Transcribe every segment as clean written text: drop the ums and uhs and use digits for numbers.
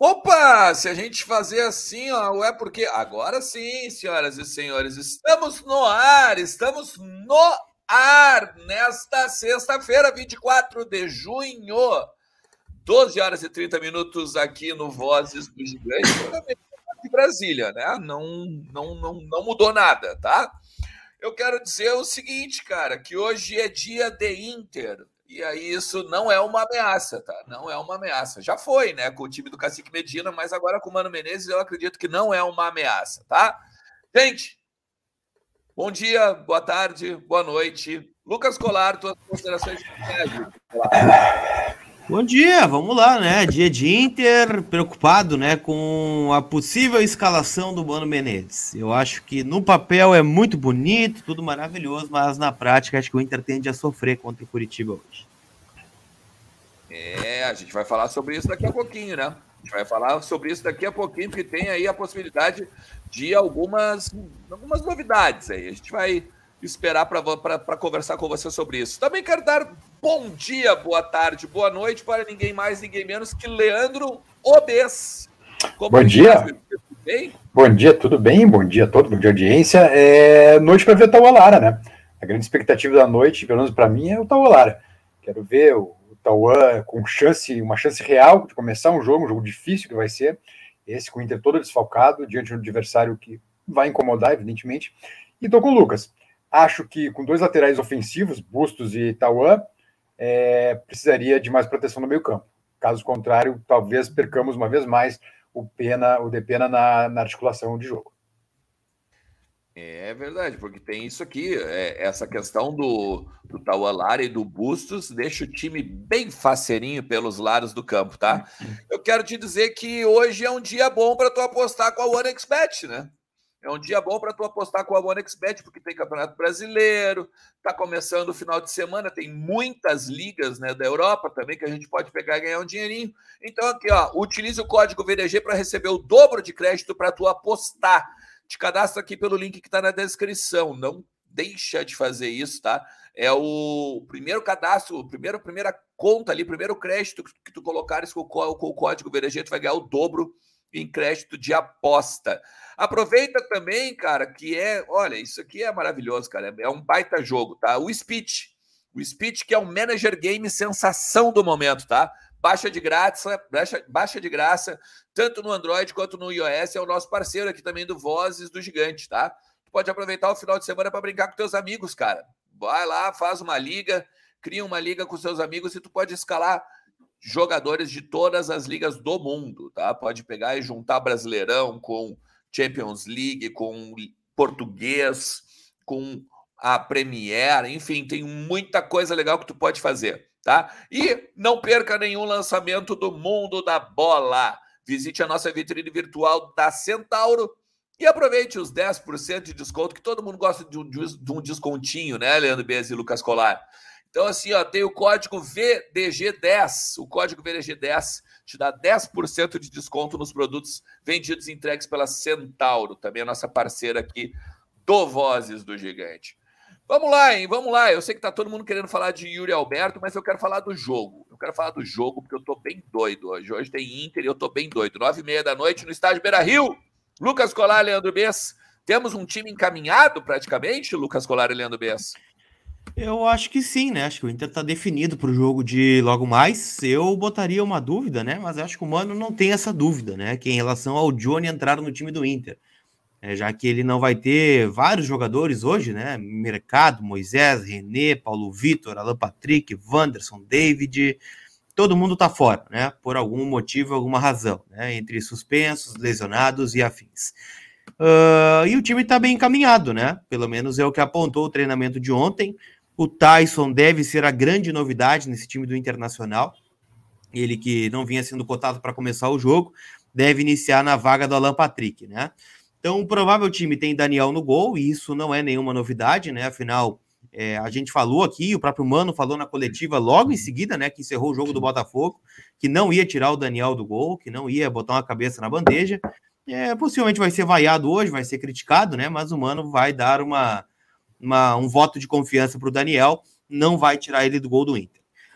Opa, se a gente fazer assim, ó, é porque agora sim, senhoras e senhores, estamos no ar nesta sexta-feira, 24 de junho, 12 horas e 30 minutos aqui no Vozes do Gigante, de Brasília, né? Não mudou nada, tá? Eu quero dizer o seguinte, cara, que hoje é dia de Inter. E aí isso não é uma ameaça, tá? Não é uma ameaça. Já foi, né, com o time do Cacique Medina, mas agora com o Mano Menezes eu acredito que não é uma ameaça, tá? Gente, bom dia, boa tarde, boa noite. Lucas Colar, tuas considerações finais. Bom dia, vamos lá, né? Dia de Inter, preocupado, né, com a possível escalação do Mano Menezes. Eu acho que no papel é muito bonito, tudo maravilhoso, mas na prática acho que o Inter tende a sofrer contra o Curitiba hoje. A gente vai falar sobre isso daqui a pouquinho, né? A gente vai falar sobre isso daqui a pouquinho, porque tem aí a possibilidade de algumas novidades aí. A gente vai esperar para conversar com você sobre isso. Também quero dar bom dia, boa tarde, boa noite para ninguém mais, ninguém menos que Leandro Obes. Bom dia. Tudo bem? Bom dia, tudo bem? Bom dia a todos, bom dia audiência. Noite para ver o Tauá, né? A grande expectativa da noite, pelo menos para mim, é o Tauá. Quero ver o Tauá com uma chance real de começar um jogo difícil que vai ser, esse com o Inter todo desfalcado, diante de um adversário que vai incomodar, evidentemente. E tô com o Lucas. Acho que com dois laterais ofensivos, Bustos e Tauá, precisaria de mais proteção no meio campo. Caso contrário, talvez percamos uma vez mais o Depena na articulação de jogo. É verdade, porque tem isso aqui, essa questão do Tauá Lara e do Bustos deixa o time bem faceirinho pelos lados do campo, tá? Eu quero te dizer que hoje é um dia bom para tu apostar com a OneXBet, né? É um dia bom para tu apostar com a OneXBet, porque tem Campeonato Brasileiro, tá começando o final de semana, tem muitas ligas, né, da Europa também que a gente pode pegar e ganhar um dinheirinho. Então aqui, ó, utilize o código VDG para receber o dobro de crédito para tu apostar. Te cadastra aqui pelo link que está na descrição. Não deixa de fazer isso, tá? É o primeiro cadastro, primeira conta ali, primeiro crédito que tu colocares com o código VDG, tu vai ganhar o dobro em crédito de aposta. Aproveita também, cara, olha, isso aqui é maravilhoso, cara, é um baita jogo, tá? O Speech, que é um manager game sensação do momento, tá? Baixa de graça, tanto no Android quanto no iOS, é o nosso parceiro aqui também do Vozes do Gigante, tá? Tu pode aproveitar o final de semana para brincar com teus amigos, cara. Vai lá, faz uma liga, cria uma liga com seus amigos e tu pode escalar jogadores de todas as ligas do mundo, tá? Pode pegar e juntar Brasileirão com Champions League, com português, com a Premier, enfim, tem muita coisa legal que tu pode fazer, tá? E não perca nenhum lançamento do mundo da bola. Visite a nossa vitrine virtual da Centauro e aproveite os 10% de desconto, que todo mundo gosta de um descontinho, né, Leandro Bez e Lucas Colar? Então, assim, ó, tem o código VDG10. O código VDG10 te dá 10% de desconto nos produtos vendidos e entregues pela Centauro, também a nossa parceira aqui do Vozes do Gigante. Vamos lá, hein? Vamos lá. Eu sei que tá todo mundo querendo falar de Yuri Alberto, mas eu quero falar do jogo. Eu quero falar do jogo porque eu tô bem doido hoje. Hoje tem Inter e eu tô bem doido. 9h30 da noite no estádio Beira-Rio. Lucas Colar, Leandro Bess. Temos um time encaminhado praticamente, Lucas Colar e Leandro Bess? Eu acho que sim, né? Acho que o Inter tá definido pro jogo de logo mais. Eu botaria uma dúvida, né? Mas acho que o Mano não tem essa dúvida, né? Que em relação ao Johnny entrar no time do Inter. Já que ele não vai ter vários jogadores hoje, né? Mercado, Moisés, René, Paulo Vitor, Alan Patrick, Wanderson, David, todo mundo tá fora, né? Por algum motivo, alguma razão, né? Entre suspensos, lesionados e afins. E o time tá bem encaminhado, né? Pelo menos é o que apontou o treinamento de ontem. O Tyson deve ser a grande novidade nesse time do Internacional. Ele que não vinha sendo cotado para começar o jogo, deve iniciar na vaga do Alan Patrick, né? Então, o provável time tem Daniel no gol, e isso não é nenhuma novidade, né? Afinal, a gente falou aqui, o próprio Mano falou na coletiva logo em seguida, né? Que encerrou o jogo do Botafogo, que não ia tirar o Daniel do gol, que não ia botar uma cabeça na bandeja. Possivelmente vai ser vaiado hoje, vai ser criticado, né? Mas o Mano vai dar um voto de confiança para o Daniel, não vai tirar ele do gol do Inter.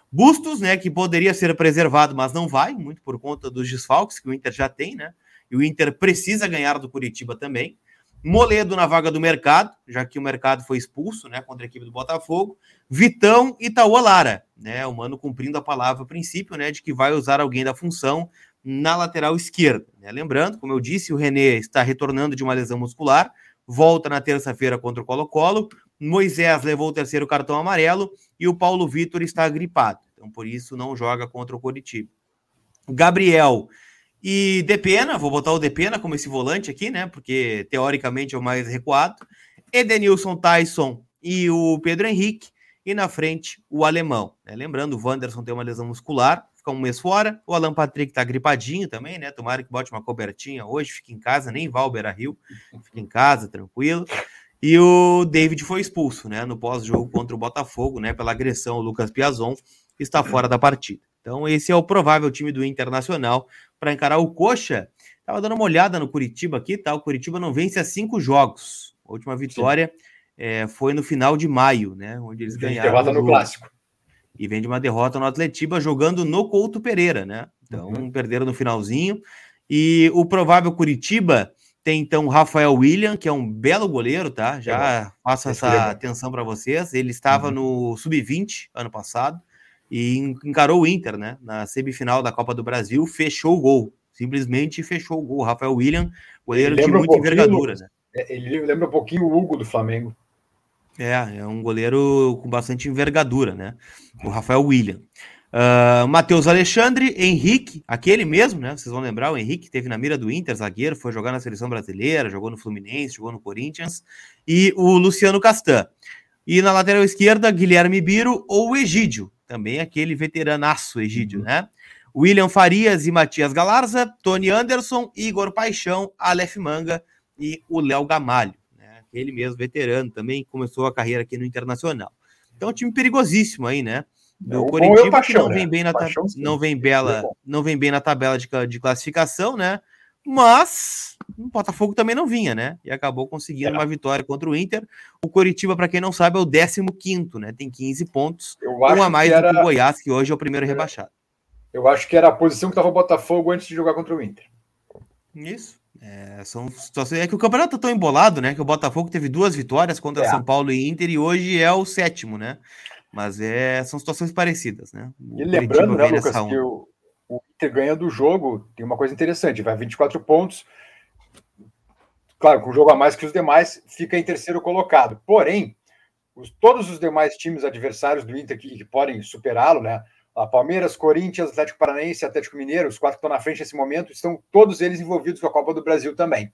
Bustos, né, que poderia ser preservado, mas não vai, muito por conta dos desfalques que o Inter já tem, né? E o Inter precisa ganhar do Curitiba também. Moledo na vaga do Mercado, já que o Mercado foi expulso, né, contra a equipe do Botafogo. Vitão e Tauá Lara, né, o Mano cumprindo a palavra a princípio, né, de que vai usar alguém da função na lateral esquerda. Né? Lembrando, como eu disse, o René está retornando de uma lesão muscular, volta na terça-feira contra o Colo-Colo. Moisés levou o terceiro cartão amarelo e o Paulo Vitor está gripado, então por isso não joga contra o Coritiba. Gabriel e Depena, vou botar o Depena como esse volante aqui, né? Porque teoricamente é o mais recuado. Edenilson, Tyson e o Pedro Henrique. E na frente, o alemão. Né? Lembrando, o Wanderson tem uma lesão muscular, fica um mês fora. O Alan Patrick tá gripadinho também, né? Tomara que bote uma cobertinha hoje, fica em casa, nem vá ao Beira-Rio. Fica em casa, tranquilo. E o David foi expulso, né? No pós-jogo contra o Botafogo, né? Pela agressão ao Lucas Piazon, que está fora da partida. Então, esse é o provável time do Internacional para encarar o Coxa. Tava dando uma olhada no Curitiba aqui, tá? O Curitiba não vence há 5 jogos. A última vitória foi no final de maio, né? Onde eles ganharam. Derrota no Clássico. E vem de uma derrota no Atletiba jogando no Couto Pereira, né? Então, perderam no finalzinho. E o provável Curitiba tem, então, o Rafael William, que é um belo goleiro, tá? Já faço essa atenção para vocês. Ele estava no Sub-20 ano passado. E encarou o Inter, né, na semifinal da Copa do Brasil, fechou o gol, simplesmente fechou o gol. Rafael William, goleiro de muita envergadura, né? Ele lembra um pouquinho o Hugo do Flamengo. É um goleiro com bastante envergadura, né, o Rafael William. Matheus Alexandre, Henrique, aquele mesmo, né, vocês vão lembrar, o Henrique teve na mira do Inter, zagueiro, foi jogar na Seleção Brasileira, jogou no Fluminense, jogou no Corinthians, e o Luciano Castan. E na lateral esquerda, Guilherme Biro ou o Egídio, também aquele veteranaço Egídio, né? William Farias e Matias Galarza, Tony Anderson, Igor Paixão, Aleph Manga e o Léo Gamalho, né? Aquele mesmo veterano também, começou a carreira aqui no Internacional. Então, um time perigosíssimo aí, né? Do Coritiba, que não vem bem na não vem bem na tabela de classificação, né? Mas o Botafogo também não vinha, né? E acabou conseguindo uma vitória contra o Inter. O Coritiba, para quem não sabe, é o 15º, né? Tem 15 pontos, um a mais do que o Goiás, que hoje é o primeiro rebaixado. Eu acho que era a posição que estava o Botafogo antes de jogar contra o Inter. Isso. São situações. É que o campeonato tá tão embolado, né? Que o Botafogo teve 2 vitórias contra São Paulo e Inter e hoje é o 7º, né? Mas são situações parecidas, né? E lembrando, né, Lucas, que o Inter ganha do jogo, tem uma coisa interessante, vai 24 pontos, claro, com um jogo a mais que os demais, fica em terceiro colocado. Porém, todos os demais times adversários do Inter que podem superá-lo, né? Palmeiras, Corinthians, Atlético Paranaense, Atlético Mineiro, os 4 que estão na frente nesse momento, estão todos eles envolvidos com a Copa do Brasil também.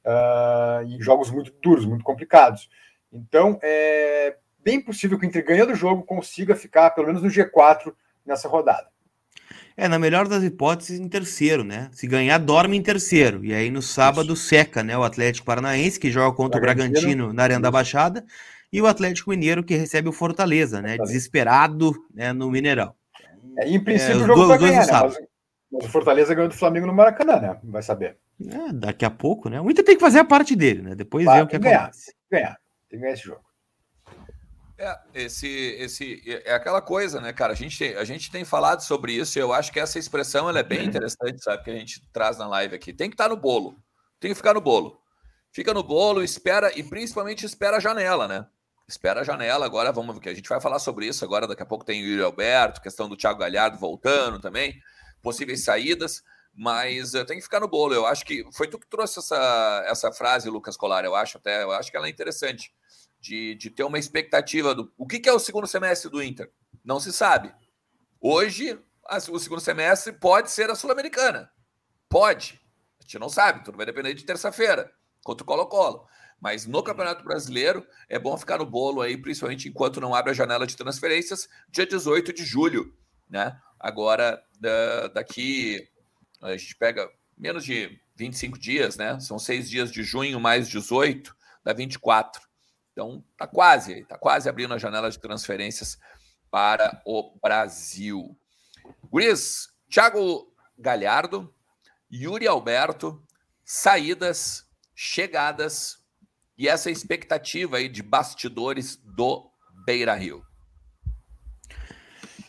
Em jogos muito duros, muito complicados. Então, é bem possível que o Inter, ganhando o jogo, consiga ficar pelo menos no G4 nessa rodada. Na melhor das hipóteses, em terceiro, né? Se ganhar, dorme em terceiro. E aí no sábado seca, né? O Atlético Paranaense, que joga contra o Bragantino na Arena da Baixada, e o Atlético Mineiro, que recebe o Fortaleza, né? Desesperado, né? No Mineirão. Em princípio, o jogo vai ganhar, né? Mas o Fortaleza ganhou do Flamengo no Maracanã, né? Vai saber. Daqui a pouco, né? O Inter tem que fazer a parte dele, né? Depois vê o que acontece. Tem que ganhar esse jogo. É aquela coisa, né, cara? A gente tem falado sobre isso e eu acho que essa expressão ela é bem interessante, sabe? Que a gente traz na live aqui. Tem que estar no bolo. Tem que ficar no bolo. Fica no bolo, espera e principalmente espera a janela, né? Espera a janela. Agora vamos ver que a gente vai falar sobre isso. Agora daqui a pouco tem o Yuri Alberto, questão do Thiago Galhardo voltando também, possíveis saídas, mas tem que ficar no bolo. Eu acho que foi tu que trouxe essa frase, Lucas Colar. Eu acho que ela é interessante. De ter uma expectativa do... O que é o segundo semestre do Inter? Não se sabe. Hoje, o segundo semestre pode ser a Sul-Americana. Pode. A gente não sabe, tudo vai depender de terça-feira, contra o Colo-Colo. Mas no Campeonato Brasileiro, é bom ficar no bolo aí, principalmente enquanto não abre a janela de transferências, dia 18 de julho, né? Agora, daqui, a gente pega menos de 25 dias, né? São 6 dias de junho mais 18, dá 24. Então, tá quase abrindo a janela de transferências para o Brasil. Guris, Thiago Galhardo, Yuri Alberto, saídas, chegadas e essa expectativa aí de bastidores do Beira-Rio.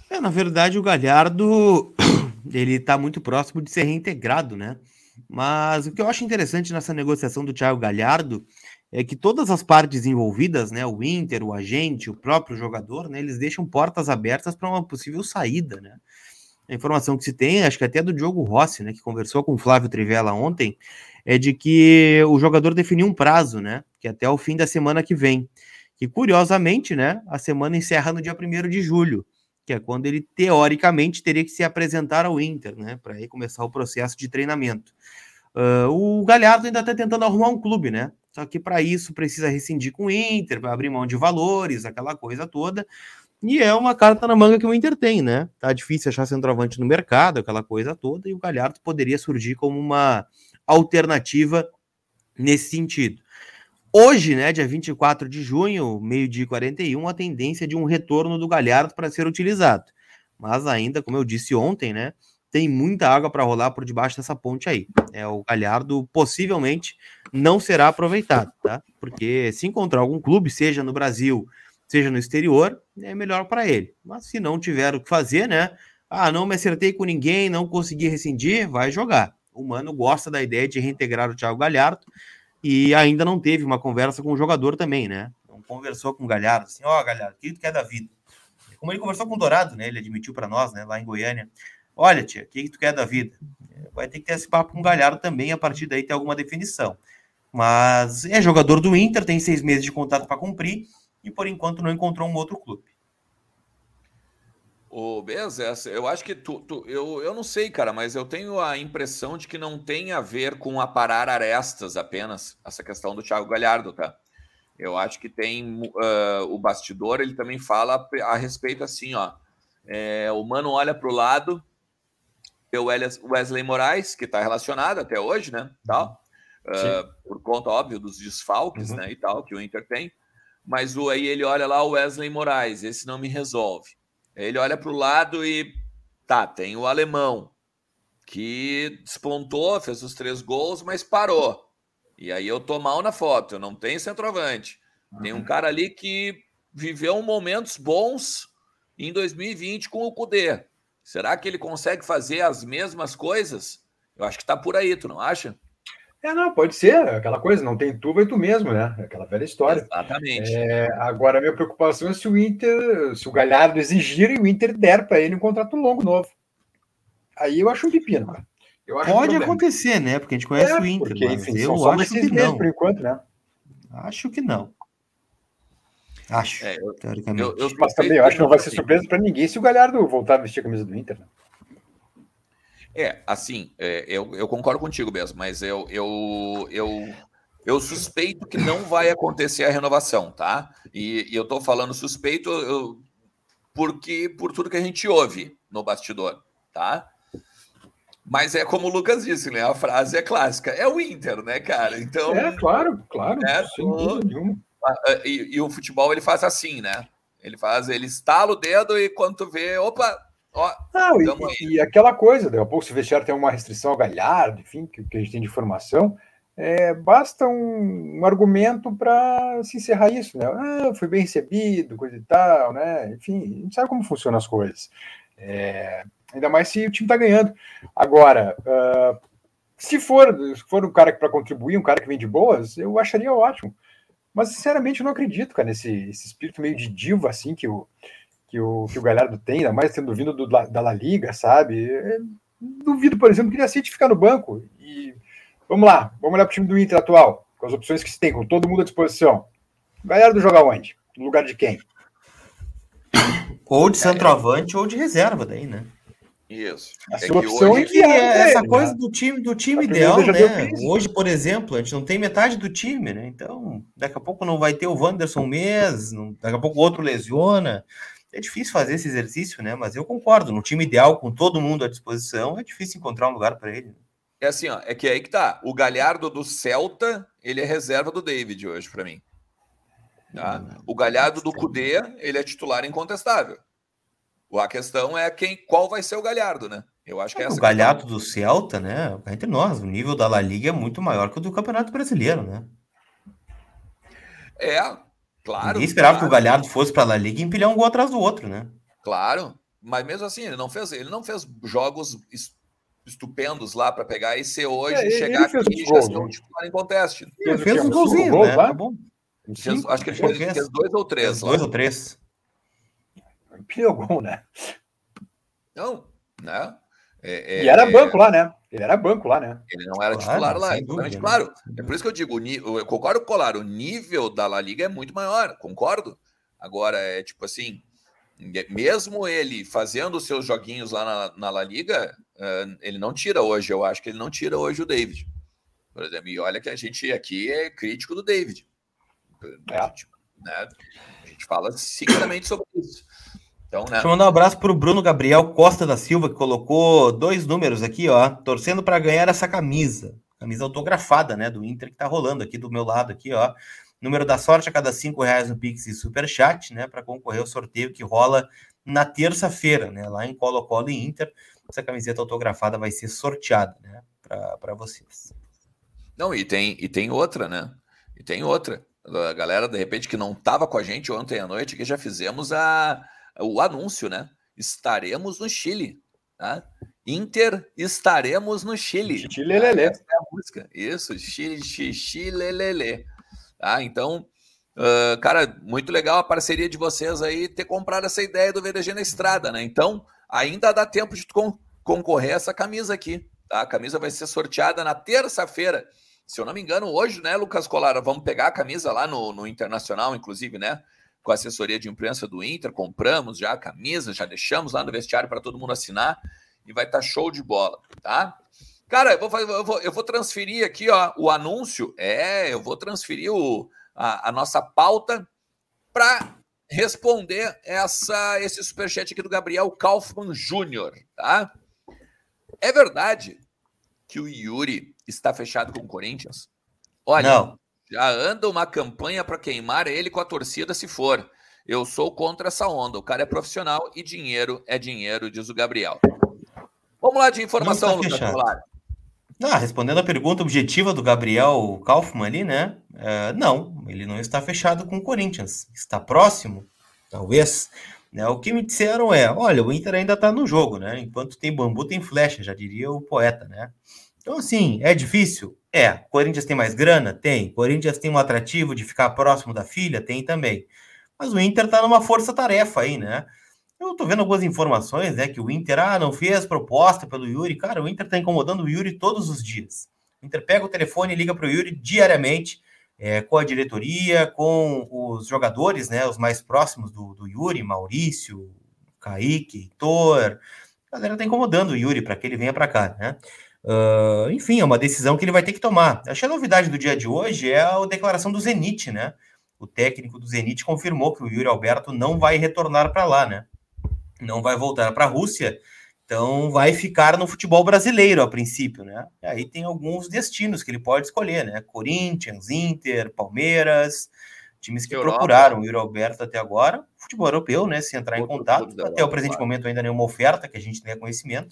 Na verdade, o Galhardo ele está muito próximo de ser reintegrado, né? Mas o que eu acho interessante nessa negociação do Thiago Galhardo é que todas as partes envolvidas, né, o Inter, o agente, o próprio jogador, né, eles deixam portas abertas para uma possível saída, né? A informação que se tem, acho que até do Diogo Rossi, né, que conversou com o Flávio Trivela ontem, é de que o jogador definiu um prazo, né, que é até o fim da semana que vem. E curiosamente, né, a semana encerra no dia 1º de julho, que é quando ele teoricamente teria que se apresentar ao Inter, né, para aí começar o processo de treinamento. O Galhardo ainda está tentando arrumar um clube, né? Só que para isso precisa rescindir com o Inter, para abrir mão de valores, aquela coisa toda. E é uma carta na manga que o Inter tem, né? Tá difícil achar centroavante no mercado, aquela coisa toda, e o Galhardo poderia surgir como uma alternativa nesse sentido. Hoje, né, dia 24 de junho, 12h41, a tendência de um retorno do Galhardo para ser utilizado. Mas ainda, como eu disse ontem, né, tem muita água para rolar por debaixo dessa ponte aí. O Galhardo possivelmente não será aproveitado, tá? Porque se encontrar algum clube, seja no Brasil, seja no exterior, é melhor para ele. Mas se não tiver o que fazer, né? Não me acertei com ninguém, não consegui rescindir, vai jogar. O Mano gosta da ideia de reintegrar o Thiago Galhardo e ainda não teve uma conversa com o jogador também, né? Não conversou com o Galhardo, assim, Galhardo, o que tu quer da vida? Como ele conversou com o Dourado, né? Ele admitiu para nós, né, lá em Goiânia. Olha, tia, o que tu quer da vida? Vai ter que ter esse papo com o Galhardo também, a partir daí ter alguma definição. Mas é jogador do Inter, tem 6 meses de contrato para cumprir e por enquanto não encontrou um outro clube. Bez, eu acho que eu não sei, cara, mas eu tenho a impressão de que não tem a ver com aparar arestas apenas, essa questão do Thiago Galhardo, tá? Eu acho que tem o bastidor, ele também fala a respeito assim, o Mano olha para o lado, o Wesley Moraes, que está relacionado até hoje, né, tal, por conta, óbvio, dos desfalques, né, e tal, que o Inter tem, mas aí ele olha lá o Wesley Moraes, esse não me resolve. Ele olha para o lado e tem o alemão, que despontou, fez os 3 gols, mas parou. E aí eu tô mal na foto, eu não tenho centroavante. Tem um cara ali que viveu momentos bons em 2020 com o Kudê. Será que ele consegue fazer as mesmas coisas? Eu acho que tá por aí, tu não acha? Não, pode ser. Aquela coisa, não tem tu, vai tu mesmo, né? Aquela velha história. Exatamente. Agora, a minha preocupação é se o Galhardo exigir e o Inter der para ele um contrato longo novo. Aí eu acho um pepino, cara. Pode acontecer, né? Porque a gente conhece o Inter, porque, mas enfim, eu são acho que meses não. Por enquanto, né? Acho que não. Acho, teoricamente. Mas também eu acho que não vai ser surpresa para ninguém se o Galhardo voltar a vestir a camisa do Inter, né? Eu concordo contigo mesmo, mas eu suspeito que não vai acontecer a renovação, tá? E eu tô falando suspeito por tudo que a gente ouve no bastidor, tá? Mas é como o Lucas disse, né? A frase é clássica. É o Inter, né, cara? Então... claro. Né, sem dúvida nenhuma. E o futebol, ele faz assim, né? Ele estala o dedo e quando tu vê, opa... E aquela coisa, daqui a pouco se o vestiário tem uma restrição ao Galhardo, enfim, que a gente tem de informação, basta um argumento para se encerrar isso, né? Foi bem recebido, coisa e tal, né? Enfim, a gente sabe como funcionam as coisas. Ainda mais se o time está ganhando. Agora, se for um cara para contribuir, um cara que vem de boas, eu acharia ótimo. Mas, sinceramente, eu não acredito, cara, nesse espírito meio de diva, assim, que o Galhardo tem, ainda mais tendo vindo da La Liga, sabe? Duvido, por exemplo, que ele aceite ficar no banco. E vamos lá, vamos olhar para o time do Inter atual, com as opções que se tem, com todo mundo à disposição. O Galhardo joga onde? No lugar de quem? Ou de centroavante ou de reserva daí, né? Isso. A sua opção é que essa coisa do time ideal, né? Hoje, por exemplo, a gente não tem metade do time, né? Então, daqui a pouco não vai ter o Wanderson mesmo, daqui a pouco o outro lesiona. É difícil fazer esse exercício, né? Mas eu concordo, no time ideal, com todo mundo à disposição, é difícil encontrar um lugar para ele. É assim, é que aí que tá. O Galhardo do Celta, ele é reserva do David hoje, para mim. Tá? O Galhardo do Kudê, ele é titular incontestável. A questão é qual vai ser o Galhardo, né? Eu acho que é essa. O Galhardo do Celta, né? Entre nós, o nível da La Liga é muito maior que o do Campeonato Brasileiro, né? Claro. Ninguém esperava que o Galhardo fosse para a La Liga e empilhar um gol atrás do outro, né? Claro. Mas mesmo assim, ele não fez jogos estupendos lá para pegar e ser hoje, chegar aqui e já ser um titular em conteste. Ele fez uns golzinhos, né? Tá bom. Acho que ele fez 2 ou 3 lá. 2 ou 3. Gol, né? Não, né? E era banco lá, né? Ele era banco lá, né? Ele não era titular lá, exatamente, dúvida, claro. É por isso que eu digo, eu concordo com o Colar, o nível da La Liga é muito maior, concordo. Agora, é tipo assim, mesmo ele fazendo os seus joguinhos lá na La Liga, ele não tira hoje, eu acho que ele não tira hoje o David. Por exemplo, e olha que a gente aqui é crítico do David. A gente fala seguidamente sobre isso. Então, né? Deixa eu mandar um abraço para o Bruno Gabriel Costa da Silva, que colocou 2 números aqui, ó, torcendo para ganhar essa camisa autografada, né, do Inter, que tá rolando aqui do meu lado, aqui, ó. Número da sorte a cada R$5 no Pix e Superchat, né, para concorrer ao sorteio que rola na terça-feira, né, lá em Colo-Colo e Inter. Essa camiseta autografada vai ser sorteada, né, para vocês. Não, e tem outra, né? E tem outra. A galera, de repente, que não tava com a gente ontem à noite, que já fizemos o anúncio, né? Estaremos no Chile, tá? Inter, estaremos no Chile. Chilelele. Essa é a música. Isso, Chilelele. Tá? Então, cara, muito legal a parceria de vocês aí ter comprado essa ideia do VDG na estrada, né? Então, ainda dá tempo de concorrer a essa camisa aqui, tá? A camisa vai ser sorteada na terça-feira. Se eu não me engano, hoje, né, Lucas Colara? Vamos pegar a camisa lá no Internacional, inclusive, né? Com a assessoria de imprensa do Inter, compramos já a camisa, já deixamos lá no vestiário para todo mundo assinar e vai estar show de bola, tá? Cara, eu vou transferir aqui, ó, o anúncio, eu vou transferir a nossa pauta para responder esse superchat aqui do Gabriel Kaufmann Júnior, tá? É verdade que o Yuri está fechado com o Corinthians? Olha, não. Já anda uma campanha para queimar ele com a torcida se for. Eu sou contra essa onda. O cara é profissional e dinheiro é dinheiro, diz o Gabriel. Vamos lá de informação, Lucas Colar. Respondendo a pergunta objetiva do Gabriel Kaufmann ali, né? Não, ele não está fechado com o Corinthians. Está próximo, talvez. Né? O que me disseram olha, o Inter ainda está no jogo, né? Enquanto tem bambu, tem flecha, já diria o poeta, né? Então, assim, é difícil? O Corinthians tem mais grana? Tem. O Corinthians tem um atrativo de ficar próximo da filha? Tem também. Mas o Inter tá numa força-tarefa aí, né? Eu tô vendo algumas informações, né, que o Inter, não fez proposta pelo Yuri. Cara, o Inter tá incomodando o Yuri todos os dias. O Inter pega o telefone e liga pro Yuri diariamente, com a diretoria, com os jogadores, né, os mais próximos do Yuri, Maurício, Kaique, Heitor. A galera tá incomodando o Yuri para que ele venha para cá, né? Enfim, é uma decisão que ele vai ter que tomar. Acho que a novidade do dia de hoje é a declaração do Zenit, né? O técnico do Zenit confirmou que o Yuri Alberto não vai retornar para lá, né? Não vai voltar para a Rússia, então vai ficar no futebol brasileiro a princípio, né? E aí tem alguns destinos que ele pode escolher, né? Corinthians, Inter, Palmeiras, times que procuraram o Yuri Alberto até agora, futebol europeu, né? Se entrar em contato, até o presente momento ainda nenhuma oferta que a gente tenha conhecimento.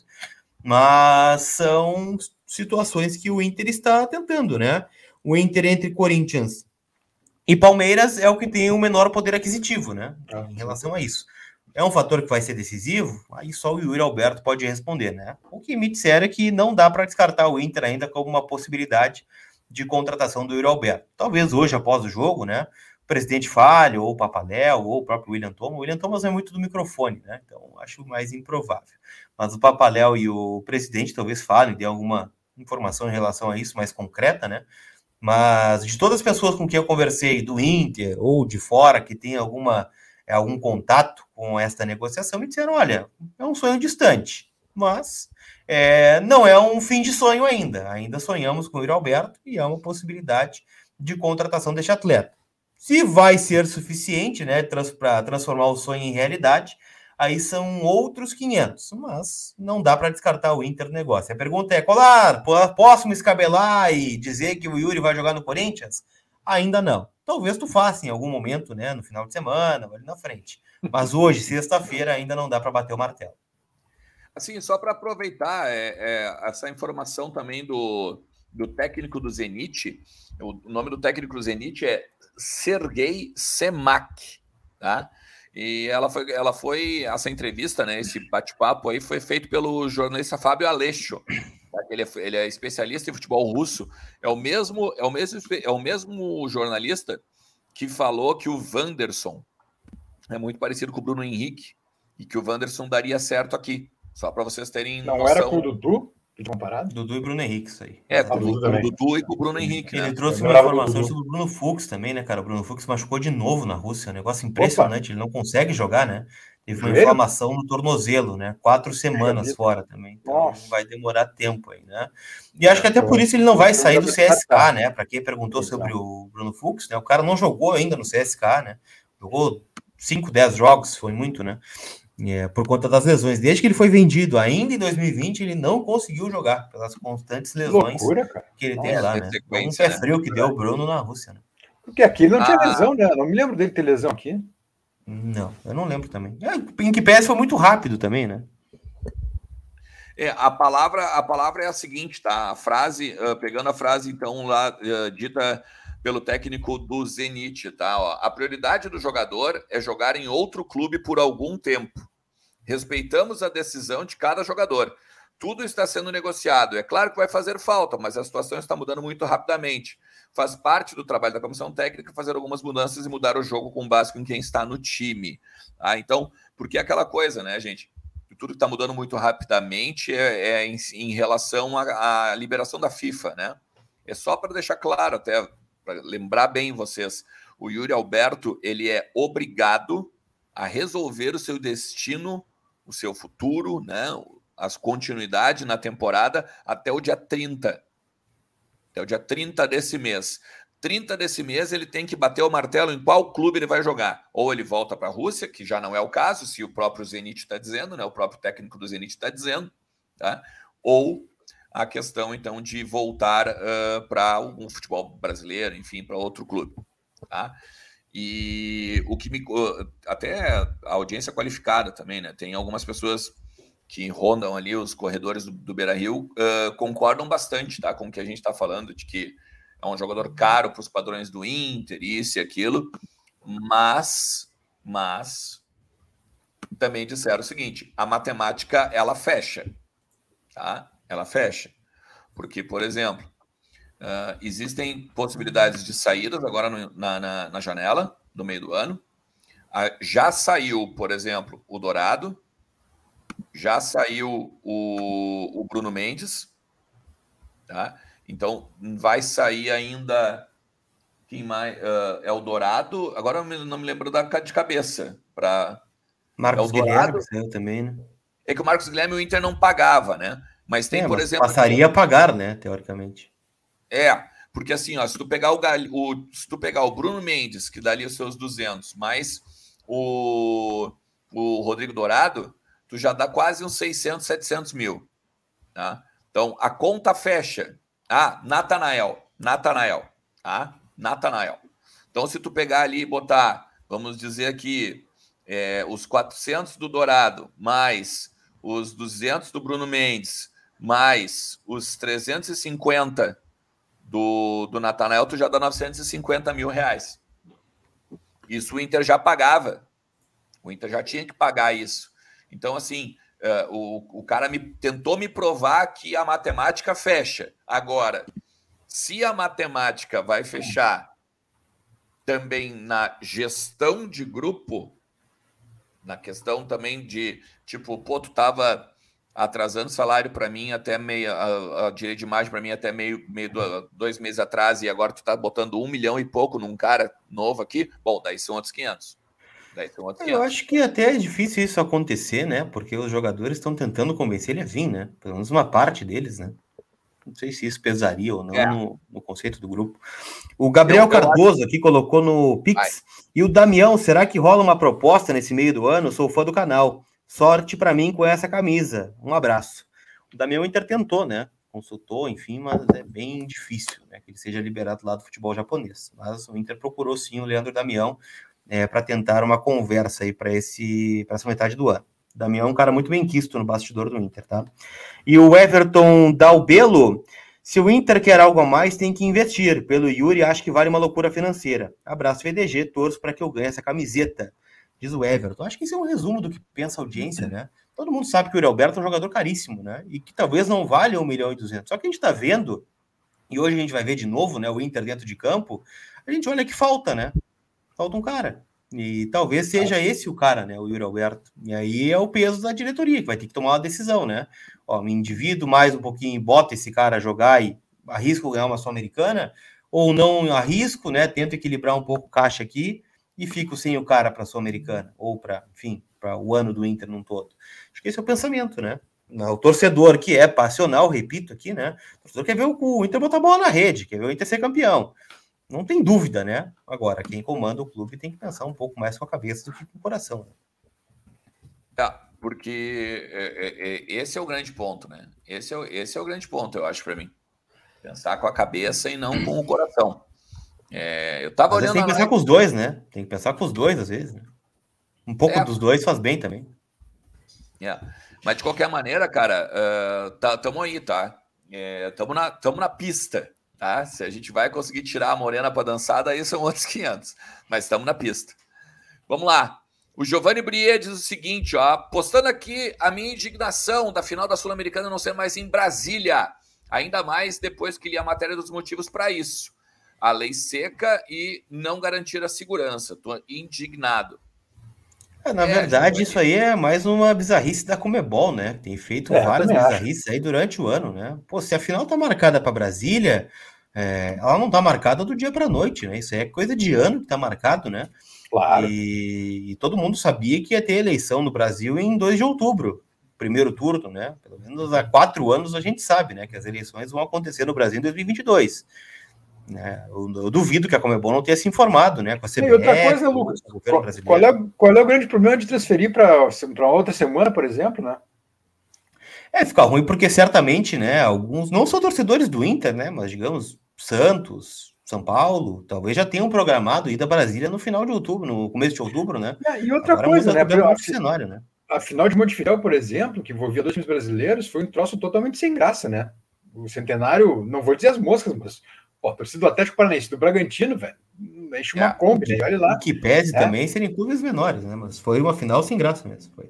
Mas são situações que o Inter está tentando, né? O Inter entre Corinthians e Palmeiras é o que tem o menor poder aquisitivo, né? Em relação a isso. É um fator que vai ser decisivo? Aí só o Yuri Alberto pode responder, né? O que me disseram é que não dá para descartar o Inter ainda como uma possibilidade de contratação do Yuri Alberto. Talvez hoje, após o jogo, né? O presidente fale, ou o Papaléu, ou o próprio William Thomas. O William Thomas é muito do microfone, né? Então, acho mais improvável. Mas o Papaléu e o presidente talvez falem, dê alguma informação em relação a isso mais concreta, né? Mas de todas as pessoas com quem eu conversei, do Inter ou de fora, que tem algum contato com esta negociação, me disseram, olha, é um sonho distante, mas não é um fim de sonho ainda. Ainda sonhamos com o Yuri Alberto e é uma possibilidade de contratação deste atleta. Se vai ser suficiente, né, para transformar o sonho em realidade, aí são outros 500, mas não dá para descartar o Inter no negócio. A pergunta é, Colar, posso me escabelar e dizer que o Yuri vai jogar no Corinthians? Ainda não. Talvez tu faça em algum momento, né, no final de semana, ali na frente. Mas hoje, sexta-feira, ainda não dá para bater o martelo. Assim, só para aproveitar essa informação também do técnico do Zenit, o nome do técnico do Zenit é Sergei Semak, tá? E essa entrevista, né, esse bate-papo aí foi feito pelo jornalista Fábio Aleixo. Ele é especialista em futebol russo. É o mesmo jornalista que falou que o Wanderson é muito parecido com o Bruno Henrique e que o Wanderson daria certo aqui. Só para vocês terem noção. Não era com o Dudu? Comparado? Dudu e Bruno Henrique, isso aí. Com o Dudu e com o Bruno Henrique. Ele trouxe uma informação sobre o Bruno Fux também, né, cara? O Bruno Fux machucou de novo na Rússia, um negócio impressionante. Ele não consegue jogar, né? Teve uma inflamação no tornozelo, né? 4 semanas fora também. Então vai demorar tempo aí, né? E acho que até por isso ele não vai sair do CSK, né? Para quem perguntou sobre o Bruno Fux, né? O cara não jogou ainda no CSK, né? Jogou 5, 10 jogos, foi muito, né? Por conta das lesões. Desde que ele foi vendido, ainda em 2020, ele não conseguiu jogar pelas constantes lesões que ele tem lá, né? Um pé frio que deu o Bruno na Rússia, né? Porque aqui ele não tinha lesão, né? Não me lembro dele ter lesão aqui. Não, eu não lembro também. Em que PS foi muito rápido também, né? A palavra é a seguinte, tá? A frase, pegando a frase, então, lá, dita pelo técnico do Zenit, tá? Ó, a prioridade do jogador é jogar em outro clube por algum tempo. Respeitamos a decisão de cada jogador. Tudo está sendo negociado. É claro que vai fazer falta, mas a situação está mudando muito rapidamente. Faz parte do trabalho da comissão técnica fazer algumas mudanças e mudar o jogo com base em quem está no time. Tá? Então, porque é aquela coisa, né, gente? Tudo que está mudando muito rapidamente em relação à liberação da FIFA, né? É só para deixar claro, até para lembrar bem vocês, o Yuri Alberto, ele é obrigado a resolver o seu destino, o seu futuro, né? As continuidades na temporada até o dia 30. Até o dia 30 desse mês. 30 desse mês ele tem que bater o martelo em qual clube ele vai jogar. Ou ele volta para a Rússia, que já não é o caso, se o próprio Zenit está dizendo, né? O próprio técnico do Zenit está dizendo, tá? Ou a questão, então, de voltar para algum futebol brasileiro, enfim, para outro clube, tá? E o que até a audiência qualificada também, né? Tem algumas pessoas que rondam ali os corredores do Beira-Rio, concordam bastante, tá? Com o que a gente está falando, de que é um jogador caro para os padrões do Inter, isso e aquilo, mas também disseram o seguinte, a matemática, ela fecha, tá? Ela fecha. Porque, por exemplo, existem possibilidades de saídas agora na janela, do meio do ano. Já saiu, por exemplo, o Dourado, já saiu o Bruno Mendes, tá? Então, vai sair ainda quem mais? É o Dourado. Agora eu não me lembro de cabeça. Marcos Guilherme saiu também, né? É que o Marcos Guilherme o Inter não pagava, né? Mas tem, por exemplo... Passaria a pagar, né? Teoricamente. Porque assim, ó, se tu pegar o Bruno Mendes, que dá ali os seus 200, mais o Rodrigo Dourado, tu já dá quase uns 600, 700 mil. Tá? Então, a conta fecha. Natanael. Tá? Natanael. Então, se tu pegar ali e botar, vamos dizer aqui, os 400 do Dourado, mais os 200 do Bruno Mendes, mais os 350 do Natanael, tu já dá 950 mil reais. Isso o Inter já pagava. O Inter já tinha que pagar isso. Então, assim, o cara tentou me provar que a matemática fecha. Agora, se a matemática vai fechar também na gestão de grupo, na questão também de, tipo, tu tava atrasando salário para mim até a direito de imagem para mim até 2 meses atrás, e agora tu tá botando 1 milhão e pouco num cara novo aqui, bom, daí são outros 500. Eu acho que até é difícil isso acontecer, né? Porque os jogadores estão tentando convencer ele a vir, né? Pelo menos uma parte deles, né? Não sei se isso pesaria ou não no conceito do grupo. O Gabriel Cardoso aqui colocou no Pix. E o Damião, será que rola uma proposta nesse meio do ano? Sou fã do canal. Sorte para mim com essa camisa. Um abraço. O Damião Inter tentou, né? Consultou, enfim, mas é bem difícil, né? Que ele seja liberado lá do futebol japonês. Mas o Inter procurou sim o Leandro Damião para tentar uma conversa aí para essa metade do ano. O Damião é um cara muito bem quisto no bastidor do Inter, tá? E o Everton Dalbelo, se o Inter quer algo a mais, tem que investir. Pelo Yuri, acho que vale uma loucura financeira. Abraço, VDG, torço para que eu ganhe essa camiseta. Diz o Everton. Acho que isso é um resumo do que pensa a audiência, né? Todo mundo sabe que o Yuri Alberto é um jogador caríssimo, né? E que talvez não valha 1.200.000. Só que a gente tá vendo, e hoje a gente vai ver de novo, né? O Inter dentro de campo, a gente olha que falta, né? Falta um cara. E talvez seja esse o cara, né? O Yuri Alberto. E aí é o peso da diretoria, que vai ter que tomar uma decisão, né? Ó, me individo mais um pouquinho, bota esse cara a jogar e arrisco ganhar uma Sul-Americana, ou não arrisco, né? Tento equilibrar um pouco o caixa aqui e fico sem o cara para a Sul-Americana, ou para, enfim, para o ano do Inter num todo. Acho que esse é o pensamento, né? O torcedor que é passional, repito aqui, né? O torcedor quer ver o Inter botar a bola na rede, quer ver o Inter ser campeão. Não tem dúvida, né? Agora, quem comanda o clube tem que pensar um pouco mais com a cabeça do que com o coração. Né? Porque esse é o grande ponto, né? Esse é o grande ponto, eu acho, para mim. Pensar com a cabeça e não com o coração. Eu tava olhando. Tem que pensar com os dois, né? Tem que pensar com os dois, às vezes. Né? Um pouco dos dois faz bem também. Mas, de qualquer maneira, cara, tamo aí, tá? Tamo na pista. Tá? Se a gente vai conseguir tirar a Morena para dançar, daí são outros 500. Mas estamos na pista. Vamos lá. O Giovanni Brier diz o seguinte, ó, postando aqui a minha indignação da final da Sul-Americana não ser mais em Brasília. Ainda mais depois que li a matéria dos motivos para isso. A lei seca e não garantir a segurança. Estou indignado. Na verdade, isso aí é mais uma bizarrice da Conmebol, né? Tem feito várias bizarrices aí durante o ano, né? Pô, se a final tá marcada para Brasília, ela não tá marcada do dia para noite, né? Isso aí é coisa de ano que tá marcado, né? Claro. E todo mundo sabia que ia ter eleição no Brasil em 2 de outubro, primeiro turno, né? Pelo menos há 4 anos a gente sabe, né? Que as eleições vão acontecer no Brasil em 2022. Né? Eu duvido que a Conmebol não tenha se informado, né? Com a CBF, e outra coisa, Lucas, qual é o grande problema de transferir para outra semana, por exemplo, né? Fica ruim porque certamente, né? Alguns não são torcedores do Inter, né? Mas digamos Santos, São Paulo, talvez já tenham programado ida a Brasília no final de outubro, no começo de outubro, né? E outra agora coisa, né? Cenário, né? A final de Montevidéu, por exemplo, que envolvia 2 times brasileiros, foi um troço totalmente sem graça, né? O Centenário, não vou dizer as moscas, mas a torcida do Atlético Paranaense, do Bragantino, velho, enche uma Kombi, né? Olha lá. O que pese também serem clubes menores, né? Mas foi uma final sem graça mesmo. Foi.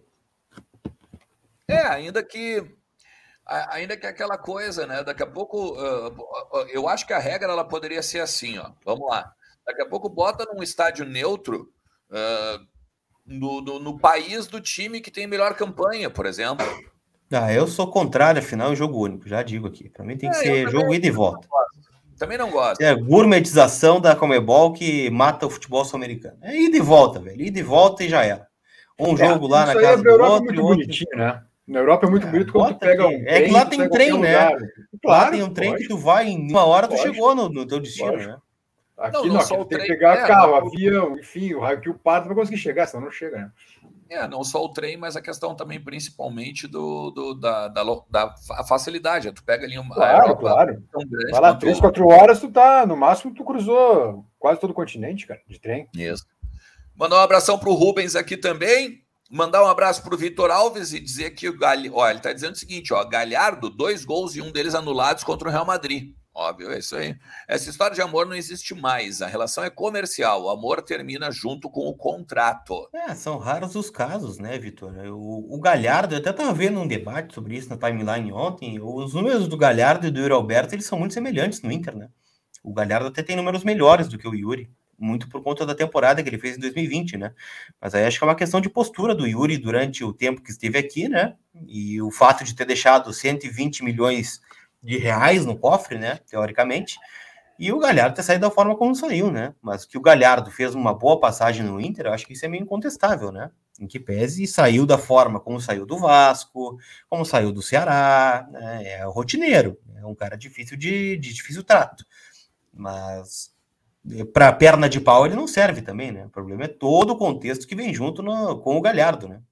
Ainda que aquela coisa, né? Daqui a pouco, eu acho que a regra ela poderia ser assim, ó. Vamos lá. Daqui a pouco bota num estádio neutro no país do time que tem melhor campanha, por exemplo. Eu sou contrário, afinal, é jogo único, já digo aqui. Para mim tem que ser jogo ida e volta. Também não gosto. É a gourmetização da Conmebol que mata o futebol sul-americano. É ida e volta, velho. Ida e volta e já era. Um jogo lá na casa do outro. É muito bonitinho, né? Na Europa é muito bonito quando tu pega um trem. Que lá tem trem, né? Claro, lá tem um trem que tu vai em 1 hora, tu chegou no teu destino, né? Aqui não tem que pegar carro, avião, enfim, o raio que o parto vai conseguir chegar, senão não chega, né? Não só o trem, mas a questão também, principalmente, da facilidade. Tu pega ali uma. Claro. Tão grande vai lá, 3, 4 horas, tu tá. No máximo, tu cruzou quase todo o continente, cara, de trem. Isso. Mandar um abração pro Rubens aqui também. Mandar um abraço pro Vitor Alves e dizer que ele tá dizendo o seguinte, ó, Galhardo, 2 gols e um deles anulados contra o Real Madrid. Óbvio, é isso aí. Essa história de amor não existe mais. A relação é comercial. O amor termina junto com o contrato. São raros os casos, né, Vitor? O Galhardo, eu até estava vendo um debate sobre isso na timeline ontem. Os números do Galhardo e do Yuri Alberto, eles são muito semelhantes no Inter, né? O Galhardo até tem números melhores do que o Yuri. Muito por conta da temporada que ele fez em 2020, né? Mas aí acho que é uma questão de postura do Yuri durante o tempo que esteve aqui, né? E o fato de ter deixado 120 milhões de reais no cofre, né, teoricamente, e o Galhardo ter saído da forma como saiu, né, mas que o Galhardo fez uma boa passagem no Inter, eu acho que isso é meio incontestável, né, em que pese saiu da forma como saiu do Vasco, como saiu do Ceará, né, é rotineiro, é um cara difícil de difícil trato, mas para perna de pau ele não serve também, né, o problema é todo o contexto que vem junto com o Galhardo, né.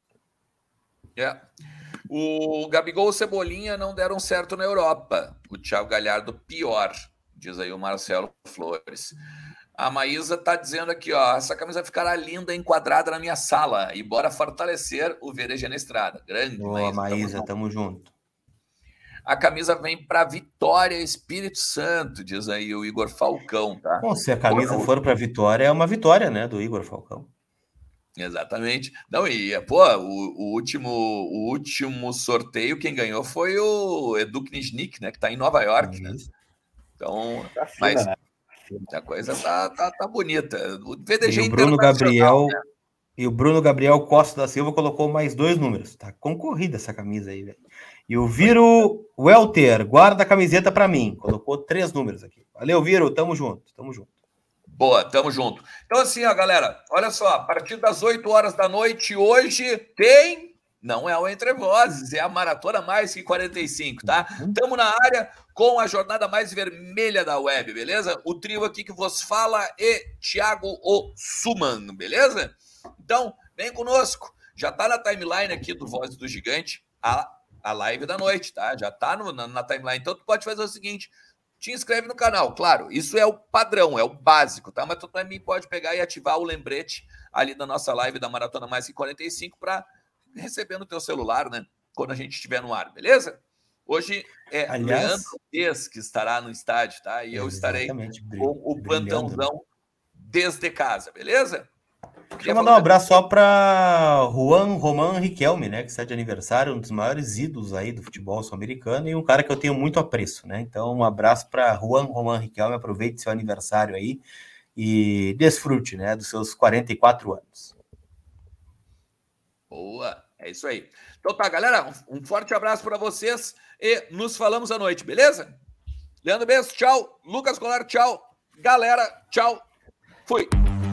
O Gabigol e o Cebolinha não deram certo na Europa. O Thiago Galhardo pior, diz aí o Marcelo Flores. A Maísa tá dizendo aqui, ó, essa camisa ficará linda enquadrada na minha sala e bora fortalecer o Vereja na Estrada. Grande, Boa, Maísa, tamo junto. A camisa vem para Vitória, Espírito Santo, diz aí o Igor Falcão, tá? Bom, se a camisa for para Vitória, é uma vitória, né, do Igor Falcão. Exatamente. Não, e, pô, o último sorteio, quem ganhou foi o Edu Kniznik, né? Que tá em Nova York, né? Então, Tá fina, mas né? a coisa tá bonita. O VDG E o Bruno Internacional, Gabriel, né? e o Bruno Gabriel Costa da Silva colocou mais 2 números. Tá concorrida essa camisa aí, velho. E o Viro Welter, guarda a camiseta para mim. Colocou 3 números aqui. Valeu, Viro. Tamo junto. Boa, tamo junto. Então, assim, ó, galera, olha só, a partir das 8 horas da noite, hoje tem. Não é o Entre Vozes, é a Maratona Mais que 45, tá? Tamo na área com a jornada mais vermelha da web, beleza? O trio aqui que vos fala e Thiago Suman, beleza? Então, vem conosco. Já tá na timeline aqui do Vozes do Gigante a live da noite, tá? Já tá na timeline. Então, tu pode fazer o seguinte: te inscreve no canal, claro, isso é o padrão, é o básico, tá? Mas tu também pode pegar e ativar o lembrete ali da nossa live da Maratona Mais que 45 para receber no teu celular, né? Quando a gente estiver no ar, beleza? Hoje é Leandro Dias que estará no estádio, tá? E eu estarei com o plantãozão desde casa, beleza? Queria mandar um abraço só para Juan Román Riquelme, né, que está de aniversário, um dos maiores ídolos aí do futebol sul-americano e um cara que eu tenho muito apreço, né? Então, um abraço para Juan Román Riquelme, aproveite seu aniversário aí e desfrute, né, dos seus 44 anos. Boa, é isso aí. Então tá, galera, um forte abraço para vocês e nos falamos à noite, beleza? Leandro Bess, tchau. Lucas Colar, tchau. Galera, tchau. Fui.